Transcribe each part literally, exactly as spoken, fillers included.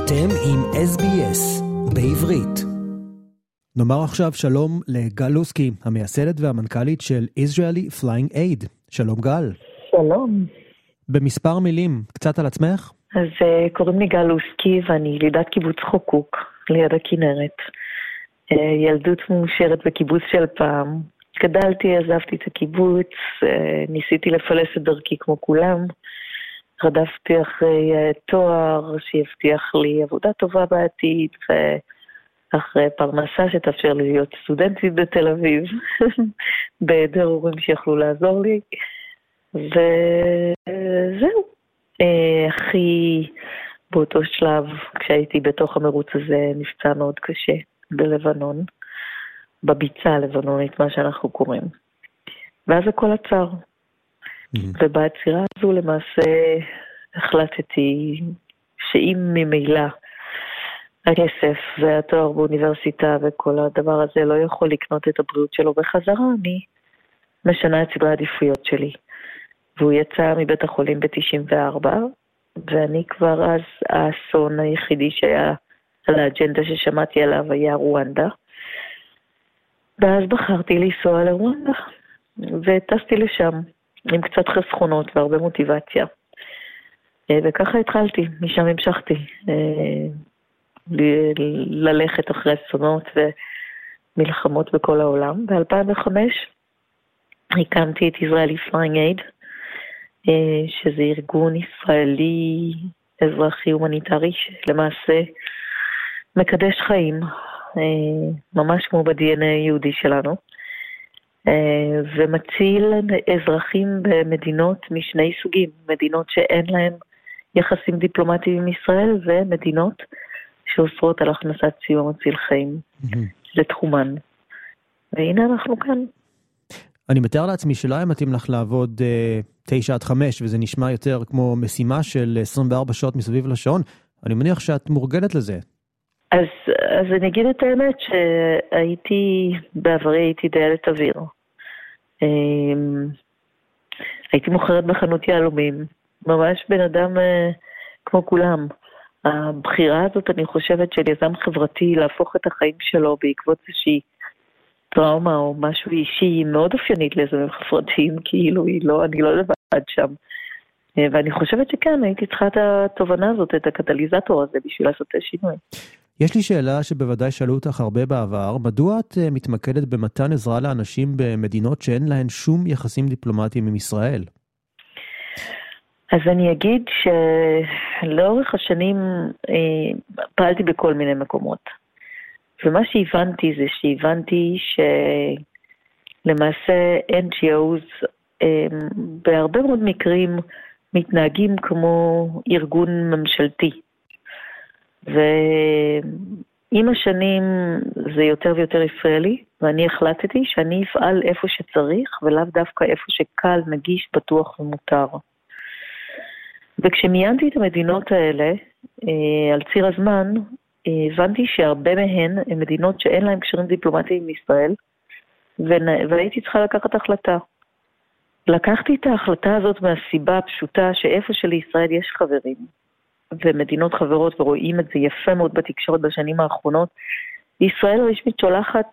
אתם עם אס בי אס בעברית. נאמר עכשיו שלום לגל לוסקי, המייסדת והמנכ"לית של Israeli Flying Aid. שלום גל. שלום. במספר מילים, קצת על עצמך? אז uh, קוראים לי גל לוסקי ואני ילידת קיבוץ חוקוק ליד הכנרת. Uh, ילדות מאושרת בקיבוץ של פעם. גדלתי, עזבתי את הקיבוץ, uh, ניסיתי לפלס את דרכי כמו כולם. רדפתי אחרי uh, תואר שיבטיח לי עבודה טובה בעתיד, ואחרי פרנסה שתאפשר לי להיות סטודנטית בתל אביב, בהיעדר הורים שיכלו לעזור לי. וזהו. Uh, הכי באותו שלב, כשהייתי בתוך המרוץ הזה, נפצע מאוד קשה בלבנון, בביצה הלבנונית, מה שאנחנו קוראים. ואז הכל עצר. ובעצירה הזו למעשה החלטתי שאם ממילא הכסף והתואר באוניברסיטה וכל הדבר הזה לא יכול לקנות את הבריאות שלו בחזרה, אני משנה את סדרי העדיפויות שלי. והוא יצא מבית החולים ב-תשעים וארבע, ואני כבר אז, האסון היחידי שהיה על האג'נדה ששמעתי עליו היה רואנדה. ואז בחרתי לנסוע לרואנדה, וטסתי לשם עם קצת חסכונות והרבה מוטיבציה. וככה התחלתי, משם המשכתי ללכת אחרי אסונות ומלחמות בכל העולם. ב-אלפיים וחמש הקמתי את Israeli Flying Aid, שזה ארגון ישראלי אזרחי הומניטרי שלמעשה מקדש חיים, ממש כמו ב-די אן איי יהודי שלנו, ומציל אזרחים במדינות משני סוגים, מדינות שאין להם יחסים דיפלומטיים עם ישראל, ומדינות שאוסרות על הכנסת סיוע מציל חיים לתחומן. והנה אנחנו כאן. אני מתאר לעצמי שלא היה מתאים לך לעבוד תשע עד חמש, וזה נשמע יותר כמו משימה של עשרים וארבע שעות מסביב לשעון. אני מניח שאת מורגלת לזה. אז, אז אני אגיד את האמת שהייתי, בעברי הייתי דיילת אוויר. הייתי מוכרת בחנות יהלומים, ממש בן אדם כמו כולם. הבחירה הזאת, אני חושבת, של יזם חברתי להפוך את החיים שלו בעקבות איזושהי טראומה או משהו אישי, מאוד אופיינית ליזמים חברתיים, כאילו היא לא, אני לא לבד שם. ואני חושבת שכן, הייתי צריכה את התובנה הזאת, את הקטליזטור הזה, בשביל לעשות את השינוי. יש לי שאלה שבוודאי שאלו אותך הרבה בעבר, מדוע את מתמקדת במתן עזרה לאנשים במדינות שאין להן שום יחסים דיפלומטיים עם ישראל? אז אני אגיד שלאורך השנים אה, פעלתי בכל מיני מקומות. ומה שהבנתי זה שהבנתי שלמעשה אן ג'י או'ס אה, בהרבה מאוד מקרים מתנהגים כמו ארגון ממשלתי. ועם השנים זה יותר ויותר ישראלי, ואני החלטתי שאני אפעל איפה שצריך, ולאו דווקא איפה שקל, נגיש, בטוח ומותר. וכשמיינתי את המדינות האלה, על ציר הזמן, הבנתי שהרבה מהן הן מדינות שאין להן קשרים דיפלומטיים עם ישראל, והייתי צריכה לקחת החלטה. לקחתי את ההחלטה הזאת מהסיבה הפשוטה שאיפה שלישראל יש חברים, ומדינות חברות, ורואים את זה יפה מאוד בתקשורת בשנים האחרונות, ישראל רשמית שולחת,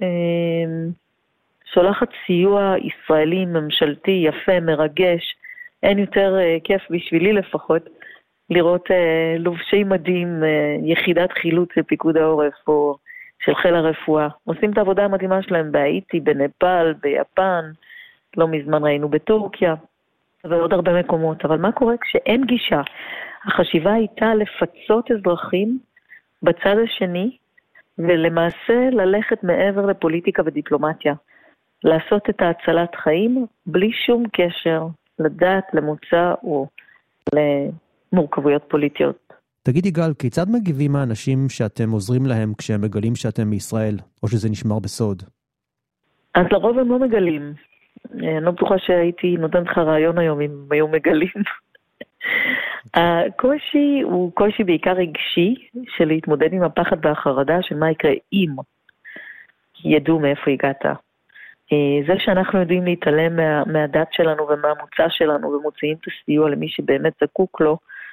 שולחת סיוע ישראלי ממשלתי יפה, מרגש. אין יותר כיף בשבילי לפחות, לראות לובשי מדים, יחידת חילוץ בפיקוד העורף, או של חיל הרפואה. עושים את העבודה המדהימה שלהם בהאיטי, בנפאל, ביפן, לא מזמן ראינו בטורקיה, ועוד הרבה מקומות. אבל מה קורה כשאין גישה? החשיבה הייתה לפצות אזרחים בצד השני, ולמעשה ללכת מעבר לפוליטיקה ודיפלומטיה. לעשות את ההצלת חיים בלי שום קשר לדעת, למוצא או למורכבויות פוליטיות. תגידי גל, כיצד מגיבים האנשים שאתם עוזרים להם כשהם מגלים שאתם מישראל, או שזה נשמר בסוד? אז לרוב הם לא מגלים. אני לא בטוחה שהייתי נותנת לך רעיון היום אם היו מגלים. הקושי הוא קושי בעיקר רגשי, של להתמודד עם הפחד והחרדה של מה יקרה אם ידעו מאיפה הגעת. זה שאנחנו יודעים להתעלם מה, מהדת שלנו ומהמוצא שלנו ומוציאים את הסיוע למי שבאמת זקוק לו,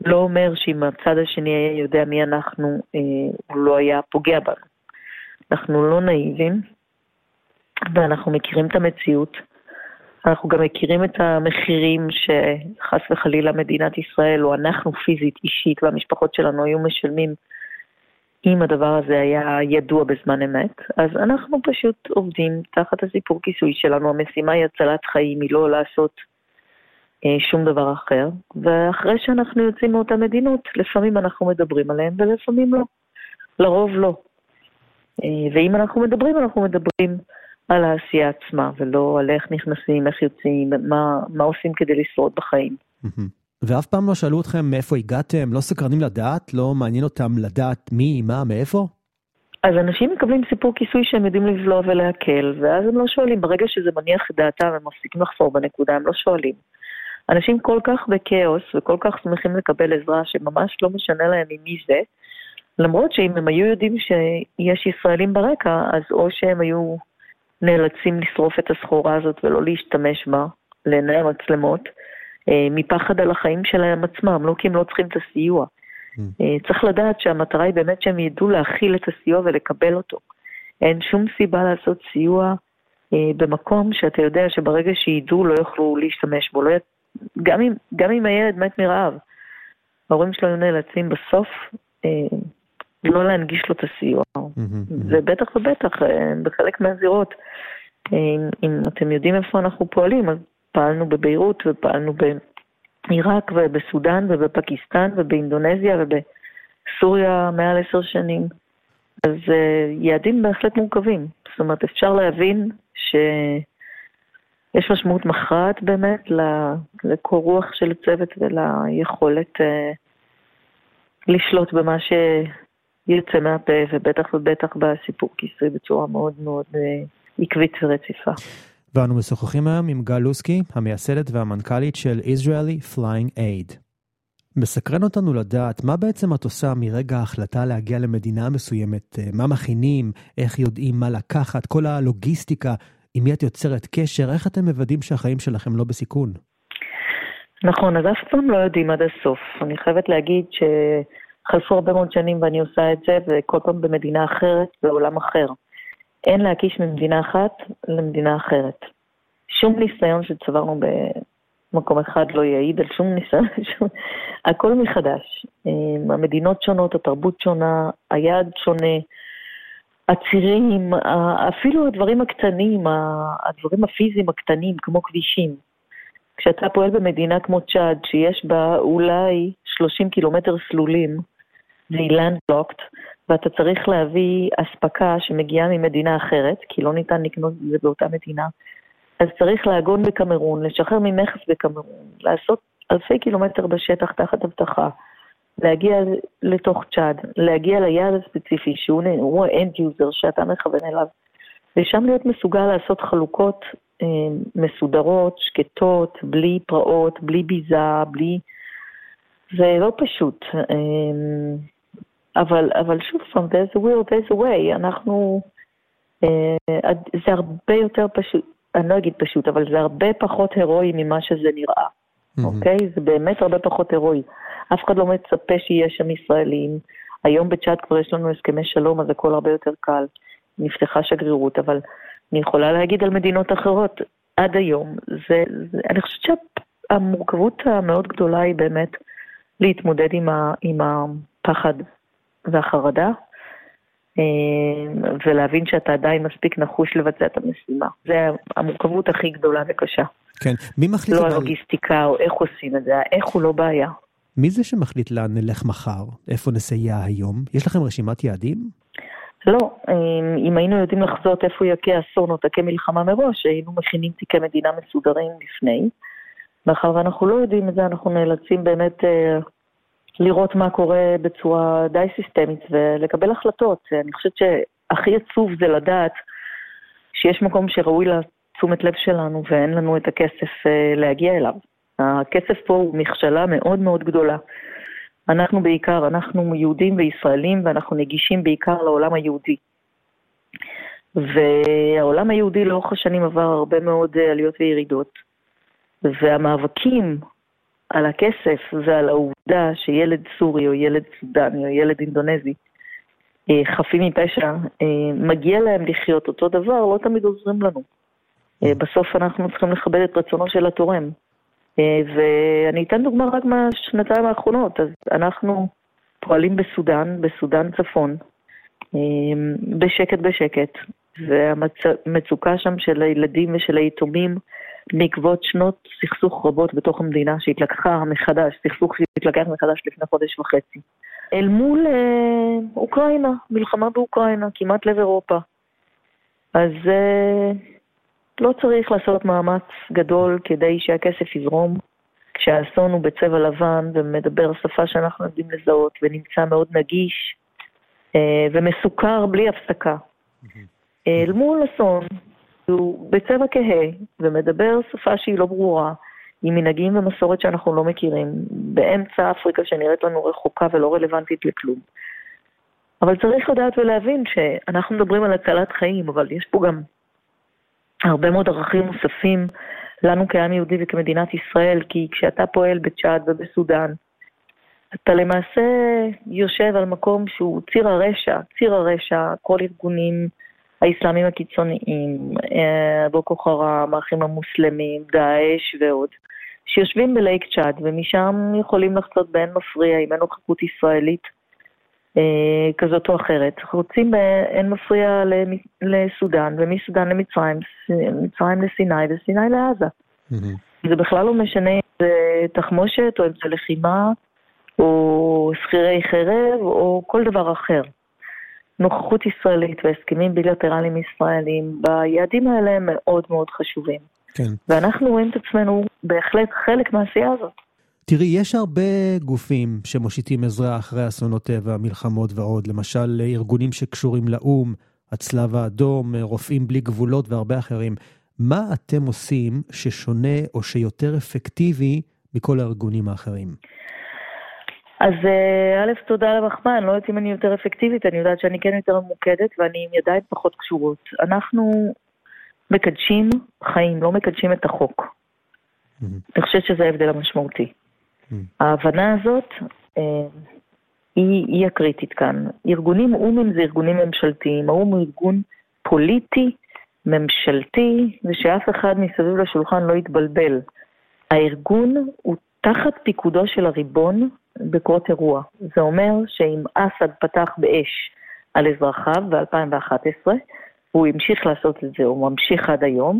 לא אומר שאם הצד השני היה יודע מי אנחנו, הוא לא היה פוגע בנו. אנחנו לא נאיבים, ואנחנו מכירים את המציאות. אנחנו גם מכירים את המחירים שחס וחלילה מדינת ישראל, או אנחנו פיזית, אישית, והמשפחות שלנו היו משלמים, אם הדבר הזה היה ידוע בזמן אמת. אז אנחנו פשוט עובדים תחת הסיפור כיסוי שלנו. המשימה היא הצלת חיים, היא לא לעשות אה, שום דבר אחר. ואחרי שאנחנו יוצאים מאותה מדינות, לפעמים אנחנו מדברים עליהם ולפעמים לא. לרוב לא. אה, ואם אנחנו מדברים, אנחנו מדברים על העשייה עצמה, ולא על איך נכנסים, איך יוצאים, מה, מה עושים כדי לשרוד בחיים. ואף פעם לא שאלו אתכם מאיפה הגעתם? לא סקרנים לדעת? לא מעניין אותם לדעת מי, מה, מאיפה? אז אנשים מקבלים סיפור כיסוי שהם יודעים לבלוע ולהקל, ואז הם לא שואלים. ברגע שזה מניח את דעתם, הם מפסיקים לחפור בנקודה, הם לא שואלים. אנשים כל כך בקאוס, וכל כך שמחים לקבל עזרה, שממש לא משנה להם ממי זה, למרות שאם הם היו יודעים שיש ישראלים ברקע, אז או שהם היו נאלצים לשרוף את הסחורה הזאת ולא להשתמש בה, לעיני המצלמות, מפחד על החיים שלהם עצמם, לא כי הם לא צריכים את הסיוע. צריך לדעת שהמטרה היא באמת שהם ידעו להכיל את הסיוע ולקבל אותו. אין שום סיבה לעשות סיוע במקום שאתה יודע שברגע שידעו לא יוכלו להשתמש בו. לא י... גם, אם, גם אם הילד מת מרעב, ההורים שלו היו נאלצים בסוף לא להנגיש לו את הסיוע. ובטח ובטח, בחלק מהזירות, אם אתם יודעים איפה אנחנו פועלים, אז פעלנו בביירות ופעלנו בעיראק ובסודן ובפקיסטן ובאינדונזיה ובסוריה מעל עשר שנים. אז יעדים בהחלט מורכבים. זאת אומרת, אפשר להבין שיש משמעות מכרעת באמת לקור רוח של הצוות וליכולת לשלוט במה שיצא מהפה, ובטח ובטח בסיפור כיסוי בצורה מאוד מאוד עקבית ורציפה. ואנו משוחחים היום עם גל לוסקי, המייסדת והמנכ"לית של Israeli Flying Aid. מסקרן אותנו לדעת מה בעצם את עושה מרגע ההחלטה להגיע למדינה מסוימת, מה מכינים, איך יודעים מה לקחת, כל הלוגיסטיקה, עם מי את יוצרת קשר, איך אתם מוודאים שהחיים שלכם לא בסיכון? נכון, אז אף פעם לא יודעים עד הסוף. אני חייבת להגיד שחלפו הרבה מאוד שנים ואני עושה את זה, וכל פעם במדינה אחרת, בעולם אחר. אין להקיש ממדינה אחת למדינה אחרת. שום ניסיון שצברנו במקום אחד לא יעיד על שום ניסיון, שום... הכל מחדש. המדינות שונות, התרבות שונה, היעד שונה, הצירים, אפילו הדברים הקטנים, הדברים הפיזיים הקטנים, כמו כבישים. כשאתה פועל במדינה כמו צ'אד, שיש בה אולי שלושים קילומטר סלולים, והיא landlocked, ואתה צריך להביא אספקה שמגיעה ממדינה אחרת, כי לא ניתן לקנות את זה באותה מדינה, אז צריך להגון בקמרון, לשחרר ממכס בקמרון, לעשות אלפי קילומטר בשטח תחת הבטחה, להגיע לתוך צ'אד, להגיע ליעד הספציפי, שהוא ה-end user שאתה מכוון אליו, ושם להיות מסוגל לעשות חלוקות אה, מסודרות, שקטות, בלי פרעות, בלי ביזה, בלי... זה לא פשוט. אה, אבל, אבל שוב פעם, there's a will, there's a way. אנחנו, אה, זה הרבה יותר פשוט, אני לא אגיד פשוט, אבל זה הרבה פחות הרואי ממה שזה נראה. Mm-hmm. אוקיי? זה באמת הרבה פחות הרואי. אף אחד לא מצפה שיהיה שם ישראלים. היום בצ'אט כבר יש לנו הסכמי שלום, אז הכל הרבה יותר קל. נפתחה שגרירות, אבל אני יכולה להגיד על מדינות אחרות, עד היום, זה, זה, אני חושבת שהמורכבות המאוד גדולה היא באמת להתמודד עם, ה, עם הפחד והחרדה, ולהבין שאתה עדיין מספיק נחוש לבצע את המשימה. זה המורכבות הכי גדולה וקשה. כן, מי מחליט? לא הלוגיסטיקה או איך עושים את זה, איך הוא לא בעיה. מי זה שמחליט לאן נלך מחר? איפה נסייע היום? יש לכם רשימת יעדים? לא, אם היינו יודעים לחזות איפה יקה אסון או תקה מלחמה מראש, היינו מכינים תיקי מדינה מסודרים לפני. מאחר ואנחנו לא יודעים את זה, אנחנו נאלצים באמת לראות מה קורה בצורה די סיסטמית ולקבל החלטות. אני חושבת שהכי עצוב זה לדעת שיש מקום שראוי לתשומת לב שלנו ואין לנו את הכסף להגיע אליו. הכסף פה הוא מכשלה מאוד מאוד גדולה. אנחנו בעיקר, אנחנו יהודים וישראלים ואנחנו נגישים בעיקר לעולם היהודי. והעולם היהודי לאורך השנים עבר הרבה מאוד עליות וירידות. והמאבקים על הכסף ועל העובדה שילד סורי או ילד סודני או ילד אינדונזי חפים מפשע, מגיע להם לחיות אותו דבר, לא תמיד עוזרים לנו. בסוף אנחנו צריכים לכבד את רצונו של התורם. ואני אתן דוגמה רק מהשנתיים האחרונות. אז אנחנו פועלים בסודן, בסודן צפון, בשקט בשקט, והמצוקה שם של הילדים ושל היתומים בעקבות שנות סכסוך רבות בתוך המדינה שהתלקחה מחדש, סכסוך שהתלקח מחדש לפני חודש וחצי. אל מול אה, אוקראינה, מלחמה באוקראינה, כמעט לב אירופה. אז אה, לא צריך לעשות מאמץ גדול כדי שהכסף יזרום, כשהאסון הוא בצבע לבן ומדבר שפה שאנחנו יודעים לזהות ונמצא מאוד נגיש אה, ומסוכר בלי הפסקה. אל מול אסון הוא בצבע כהה ומדבר שפה שהיא לא ברורה, עם מנהגים ומסורת שאנחנו לא מכירים, באמצע אפריקה שנראית לנו רחוקה ולא רלוונטית לכלום. אבל צריך לדעת ולהבין שאנחנו מדברים על הצלת חיים, אבל יש פה גם הרבה מאוד ערכים מוספים לנו כעם יהודי וכמדינת ישראל, כי כשאתה פועל בצ'אד ובסודן, אתה למעשה יושב על מקום שהוא ציר הרשע, ציר הרשע, כל ארגונים האסלאמים הקיצוניים, בוקו חראם, האחים המוסלמים, דאעש ועוד, שיושבים בלייק צ'אד, ומשם יכולים לחצות באין מפריע עם אין נוכחות ישראלית אה, כזאת או אחרת. רוצים באין מפריע לסודן, ומסודן למצרים, מצרים לסיני, וסיני לעזה. Mm-hmm. זה בכלל לא משנה אם זה תחמושת, או אם זה לחימה, או שכירי חרב, או כל דבר אחר. נוכחות ישראלית והסכמים בילטרליים ישראלים, ביעדים האלה הם מאוד מאוד חשובים. כן. ואנחנו רואים את עצמנו בהחלט חלק מהעשייה הזאת. תראי, יש הרבה גופים שמושיטים עזרה אחרי אסונות טבע, מלחמות ועוד, למשל ארגונים שקשורים לאום, הצלב האדום, רופאים בלי גבולות והרבה אחרים. מה אתם עושים ששונה או שיותר אפקטיבי מכל הארגונים האחרים? אז א', תודה למחמאה, אני לא יודעת אם אני יותר אפקטיבית, אני יודעת שאני כן יותר ממוקדת ואני עם ידיים פחות קשורות. אנחנו מקדשים חיים, לא מקדשים את החוק. Mm-hmm. אני חושבת שזה ההבדל המשמעותי. Mm-hmm. ההבנה הזאת אה, היא, היא הקריטית כאן. ארגונים אומים זה ארגונים ממשלתיים, האום הוא ארגון פוליטי, ממשלתי, ושאף אחד מסביב לשולחן לא יתבלבל. הארגון הוא תחת פיקודו של הריבון בקרות אירוע. זה אומר שאם אסד פתח באש על אזרחיו ב-אלפיים ואחת עשרה, הוא המשיך לעשות את זה, הוא ממשיך עד היום.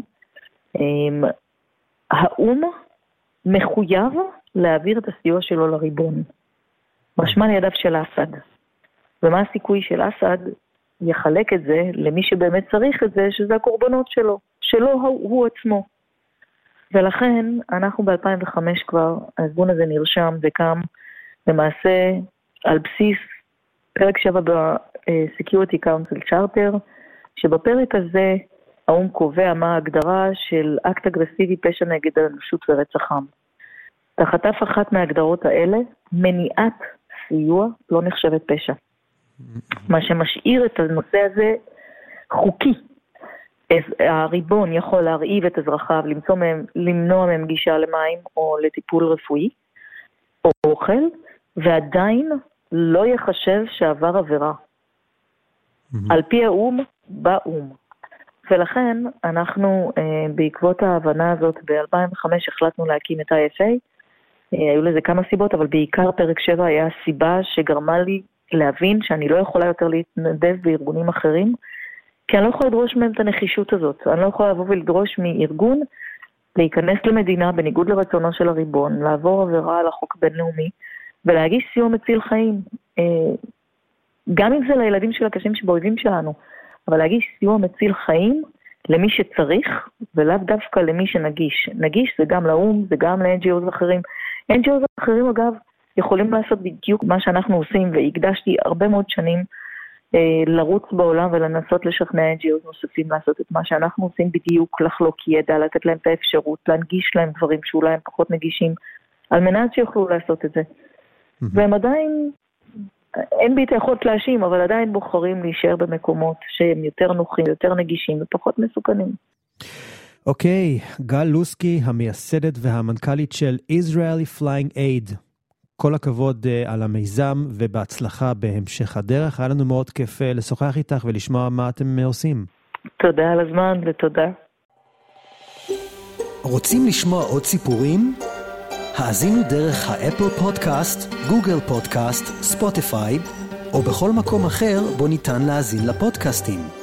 האום מחויב להעביר את הסיוע שלו לריבון. משמע לידיו של אסד. ומה הסיכוי של אסד יחלק את זה למי שבאמת צריך את זה, שזה הקורבנות שלו, שלו הוא, הוא עצמו. ולכן אנחנו ב-אלפיים וחמש כבר, הארגון הזה נרשם וקם למעשה על בסיס פרק שבע ב-Security Council Charter, שבפרק הזה האום קובע מה ההגדרה של אקט אגרסיבי, פשע נגד האנושות ורצח עם. תחת אף אחת מההגדרות האלה, מניעת סיוע לא נחשבת פשע. מה שמשאיר את הנושא הזה חוקי. הריבון יכול להרעיב את אזרחיו, למצוא מהם, למנוע מהם גישה למים או לטיפול רפואי או אוכל, ועדיין לא יחשב שעבר עבירה. Mm-hmm. על פי האום, באום. ולכן אנחנו, אה, בעקבות ההבנה הזאת, ב-אלפיים וחמש החלטנו להקים את ה-איי אף איי. אה, היו לזה כמה סיבות, אבל בעיקר פרק שבע היה הסיבה שגרמה לי להבין שאני לא יכולה יותר להתנדב בארגונים אחרים, כי אני לא יכולה לדרוש מהם את הנחישות הזאת. אני לא יכולה לבוא ולדרוש מארגון להיכנס למדינה בניגוד לרצונו של הריבון, לעבור עבירה על החוק בינלאומי, ולהגיש סיוע מציל חיים. גם אם זה לילדים של הקשים שבאויבים שלנו, אבל להגיש סיוע מציל חיים למי שצריך, ולאו דווקא למי שנגיש. נגיש זה גם לאום, זה גם ל-אן ג'י או'ס אחרים. אן ג'י או'ס אחרים, אגב, יכולים לעשות בדיוק מה שאנחנו עושים, והקדשתי הרבה מאוד שנים לרוץ בעולם ולנסות לשכנע אן ג'י או'ס נוספים לעשות את מה שאנחנו עושים בדיוק, לחלוק ידע, לתת להם את האפשרות, להנגיש להם דברים שאולי הם פחות נגישים, על מנת שיוכלו לעשות את זה. Mm-hmm. והם עדיין, אין בי את היכולת להאשים, אבל עדיין בוחרים להישאר במקומות שהם יותר נוחים, יותר נגישים ופחות מסוכנים. אוקיי, גל לוסקי, המייסדת והמנכ"לית של Israeli Flying Aid. כל הכבוד uh, על המיזם ובהצלחה בהמשך הדרך. היה לנו מאוד כיף uh, לשוחח איתך ולשמוע מה אתם uh, עושים. תודה על הזמן ותודה. רוצים לשמוע עוד סיפורים? האזינו דרך האפל פודקאסט, גוגל פודקאסט, ספוטיפיי, או בכל מקום אחר בו ניתן להאזין לפודקאסטים.